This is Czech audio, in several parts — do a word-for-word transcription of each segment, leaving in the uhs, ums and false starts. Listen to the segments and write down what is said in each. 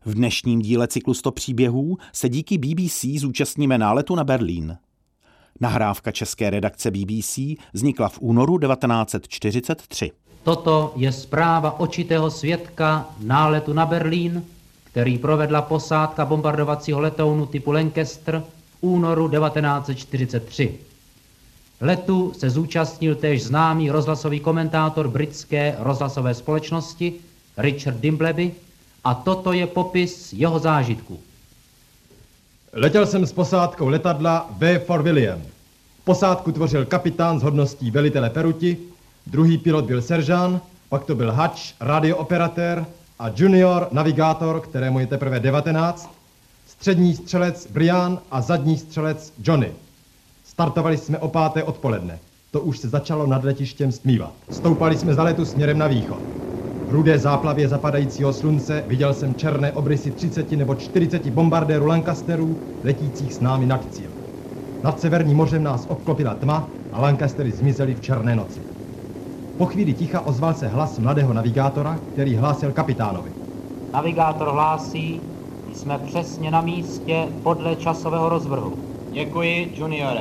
V dnešním díle cyklu sto příběhů se díky B B C zúčastníme náletu na Berlín. Nahrávka české redakce B B C vznikla v únoru devatenáct set čtyřicet tři. Toto je zpráva očitého svědka náletu na Berlín, který provedla posádka bombardovacího letounu typu Lancaster v únoru devatenáct set čtyřicet tři. Letu se zúčastnil též známý rozhlasový komentátor britské rozhlasové společnosti Richard Dimbleby a toto je popis jeho zážitku. Letěl jsem s posádkou letadla V for William. Posádku tvořil kapitán s hodností velitele peruti, druhý pilot byl seržant, pak to byl hač, radiooperatér a junior navigátor, kterému je teprve devatenáct, střední střelec Brian a zadní střelec Johnny. Startovali jsme o páté odpoledne. To už se začalo nad letištěm stmívat. Stoupali jsme za letu směrem na východ. V rudé záplavě zapadajícího slunce viděl jsem černé obrysy třiceti nebo čtyřiceti bombardérů Lancasterů letících s námi nad cíl. Nad Severním mořem nás obklopila tma a Lancastery zmizely v černé noci. Po chvíli ticha ozval se hlas mladého navigátora, který hlásil kapitánovi. Navigátor hlásí, jsme přesně na místě podle časového rozvrhu. Děkuji, juniore.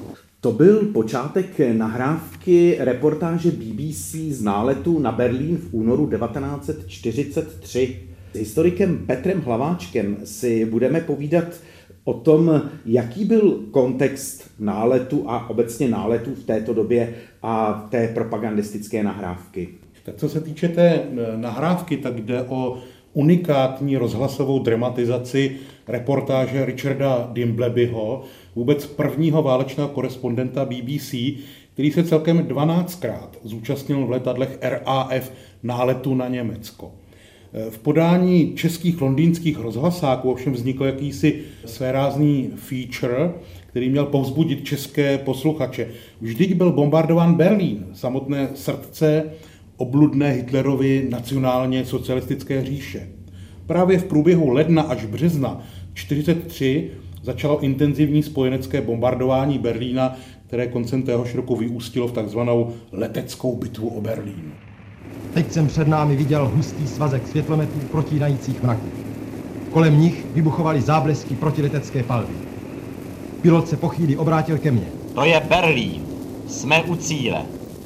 To byl počátek nahrávky reportáže B B C z náletu na Berlín v únoru devatenáct set čtyřicet tři. S historikem Petrem Hlaváčkem si budeme povídat o tom, jaký byl kontext náletu a obecně náletů v této době a té propagandistické nahrávky. Tak co se týče té nahrávky, tak jde o unikátní rozhlasovou dramatizaci reportáže Richarda Dimblebyho, vůbec prvního válečného korespondenta B B C, který se celkem dvanáctkrát zúčastnil v letadlech R A F náletu na Německo. V podání českých londýnských rozhlasáků ovšem vznikl jakýsi svérázný feature, který měl povzbudit české posluchače. Vždyť byl bombardován Berlín, samotné srdce obludné Hitlerovy nacionálně socialistické říše. Právě v průběhu ledna až března čtyřicet tři začalo intenzivní spojenecké bombardování Berlína, které koncem téhož roku vyústilo v takzvanou leteckou bitvu o Berlín. Teď jsem před námi viděl hustý svazek světlometů protínajících mraky. Kolem nich vybuchovaly záblesky protiletecké palby. Pilot se po chvíli obrátil ke mně. To je Berlín. Jsme u cíle.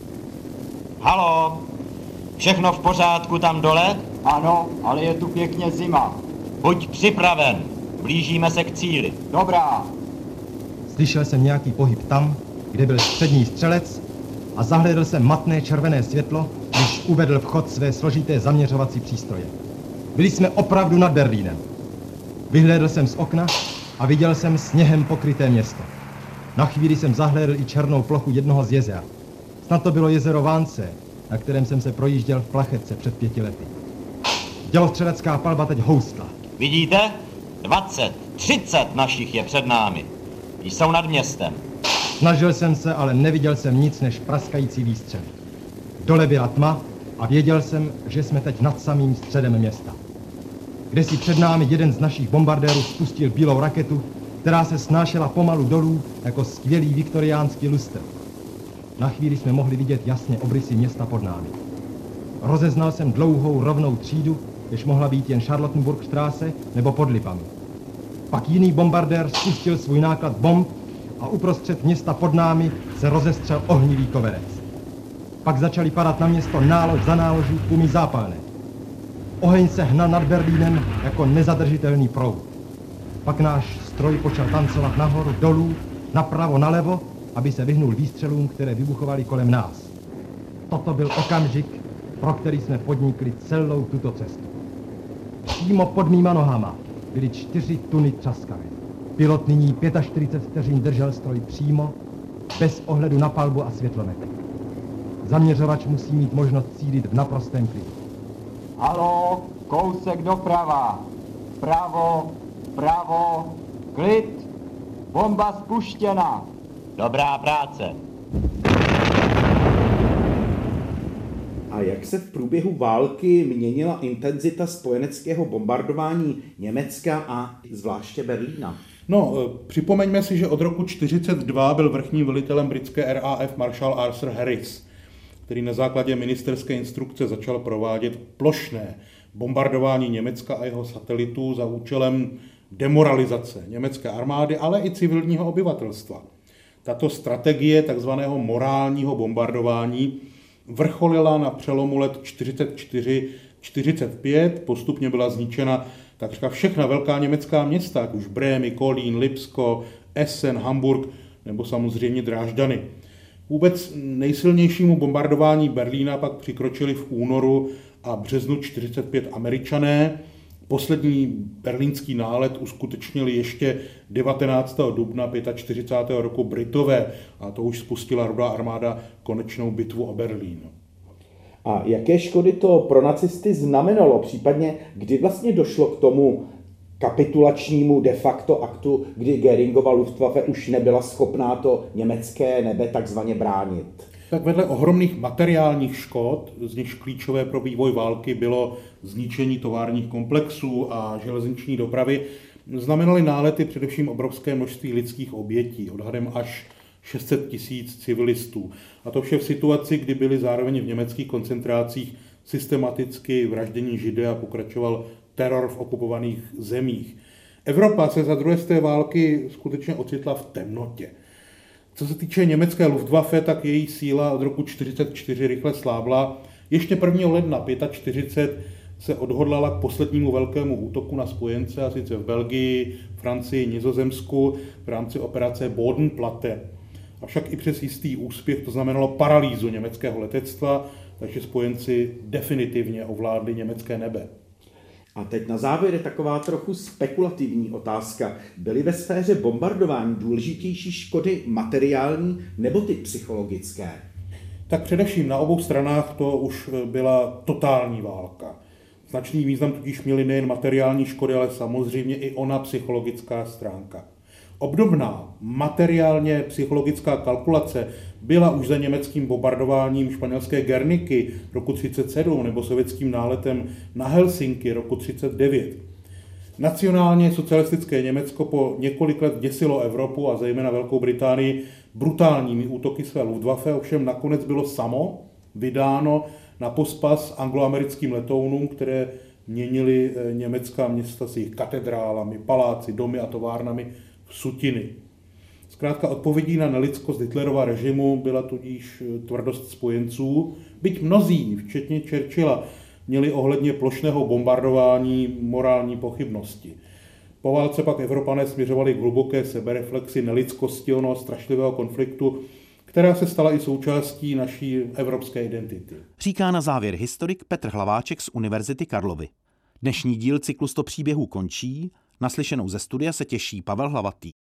Haló, všechno v pořádku tam dole? Ano, ale je tu pěkně zima. Buď připraven, blížíme se k cíli. Dobrá. Slyšel jsem nějaký pohyb tam, kde byl střední střelec a zahlédl jsem matné červené světlo, když uvedl v chod své složité zaměřovací přístroje. Byli jsme opravdu nad Berlínem. Vyhlédl jsem z okna a viděl jsem sněhem pokryté město. Na chvíli jsem zahlédl i černou plochu jednoho z jezer. Snad to bylo jezero Vánce, na kterém jsem se projížděl v Plachetce před pěti lety. Dělostřelecká palba teď houstla. Vidíte? dvacet, třicet našich je před námi. Jsou nad městem. Snažil jsem se, ale neviděl jsem nic než praskající výstřely. Dole byla tma a věděl jsem, že jsme teď nad samým středem města. Kde si před námi jeden z našich bombardérů spustil bílou raketu, která se snášela pomalu dolů jako skvělý viktoriánský lustr. Na chvíli jsme mohli vidět jasně obrysy města pod námi. Rozeznal jsem dlouhou rovnou třídu, jež mohla být jen Charlottenburgstraße nebo pod Lipami. Pak jiný bombardér spustil svůj náklad bomb a uprostřed města pod námi se rozestřel ohnivý koverec. Pak začaly padat na město nálož za náloží pumy zápalné. Oheň se hnal nad Berlínem jako nezadržitelný proud. Pak náš stroj počal tancovat nahoru, dolů, napravo, nalevo, aby se vyhnul výstřelům, které vybuchovaly kolem nás. Toto byl okamžik, pro který jsme podnikli celou tuto cestu. Přímo pod mýma nohama byly čtyři tuny třaskavé. Pilot nyní čtyřicet pět vteřin držel stroj přímo, bez ohledu na palbu a světlomety. Zaměřovač musí mít možnost cílit v naprostém klidu. Haló, kousek doprava. Pravo, pravo, klid. Bomba spuštěna. Dobrá práce. A jak se v průběhu války měnila intenzita spojeneckého bombardování Německa a zvláště Berlína? No, připomeňme si, že od roku čtyřicet dva byl vrchním velitelem britské R A F maršál Arthur Harris, který na základě ministerské instrukce začal provádět plošné bombardování Německa a jeho satelitů za účelem demoralizace německé armády, ale i civilního obyvatelstva. Tato strategie takzvaného morálního bombardování vrcholila na přelomu let čtyřicet čtyři čtyřicet pět, postupně byla zničena takřka všechna velká německá města, jak už Brémy, Kolín, Lipsko, Essen, Hamburg nebo samozřejmě Drážďany. Vůbec nejsilnějšímu bombardování Berlína pak přikročili v únoru a březnu čtyřicet pět Američané. Poslední berlínský nálet uskutečnili ještě devatenáctého dubna čtyřicátého pátého roku Britové a to už spustila Rudá armáda konečnou bitvu o Berlín. A jaké škody to pro nacisty znamenalo, případně kdy vlastně došlo k tomu kapitulačnímu de facto aktu, kdy Göringova Luftwaffe už nebyla schopná to německé nebe takzvaně bránit? Tak vedle ohromných materiálních škod, z nichž klíčové pro vývoj války bylo zničení továrních komplexů a železniční dopravy, znamenaly nálety především obrovské množství lidských obětí, odhadem až šest set tisíc civilistů. A to vše v situaci, kdy byli zároveň v německých koncentrácích systematicky vraždění Židé a pokračoval teror v okupovaných zemích. Evropa se za druhé světové války skutečně ocitla v temnotě. Co se týče německé Luftwaffe, tak její síla od roku čtyřicet čtyři rychle slábla. Ještě prvního ledna čtyřicet pět se odhodlala k poslednímu velkému útoku na spojence, a sice v Belgii, Francii, Nizozemsku v rámci operace Bodenplatte. Avšak i přes jistý úspěch to znamenalo paralýzu německého letectva, takže spojenci definitivně ovládli německé nebe. A teď na závěr je taková trochu spekulativní otázka. Byly ve sféře bombardování důležitější škody materiální nebo ty psychologické? Tak především na obou stranách to už byla totální válka. Značný význam tudíž měly nejen materiální škody, ale samozřejmě i ona psychologická stránka. Obdobná materiálně psychologická kalkulace byla už za německým bombardováním španělské Guerniky roku třicet sedm nebo sovětským náletem na Helsinki roku třicet devět. Nacionálně socialistické Německo po několik let děsilo Evropu a zejména Velkou Británii brutálními útoky své Luftwaffe, ovšem nakonec bylo samo vydáno na pospas angloamerickým letounům, které měnily německá města s jejich katedrálami, paláci, domy a továrnami v sutiny. Zkrátka odpovědí na nelidskost Hitlerova režimu byla tudíž tvrdost spojenců, byť mnozí, včetně Churchilla, měli ohledně plošného bombardování morální pochybnosti. Po válce pak Evropané směřovali k hluboké sebereflexi nelidskosti onoho strašlivého konfliktu, která se stala i součástí naší evropské identity. Říká na závěr historik Petr Hlaváček z Univerzity Karlovy. Dnešní díl cyklu sto příběhů končí, naslyšenou ze studia se těší Pavel Hlavatý.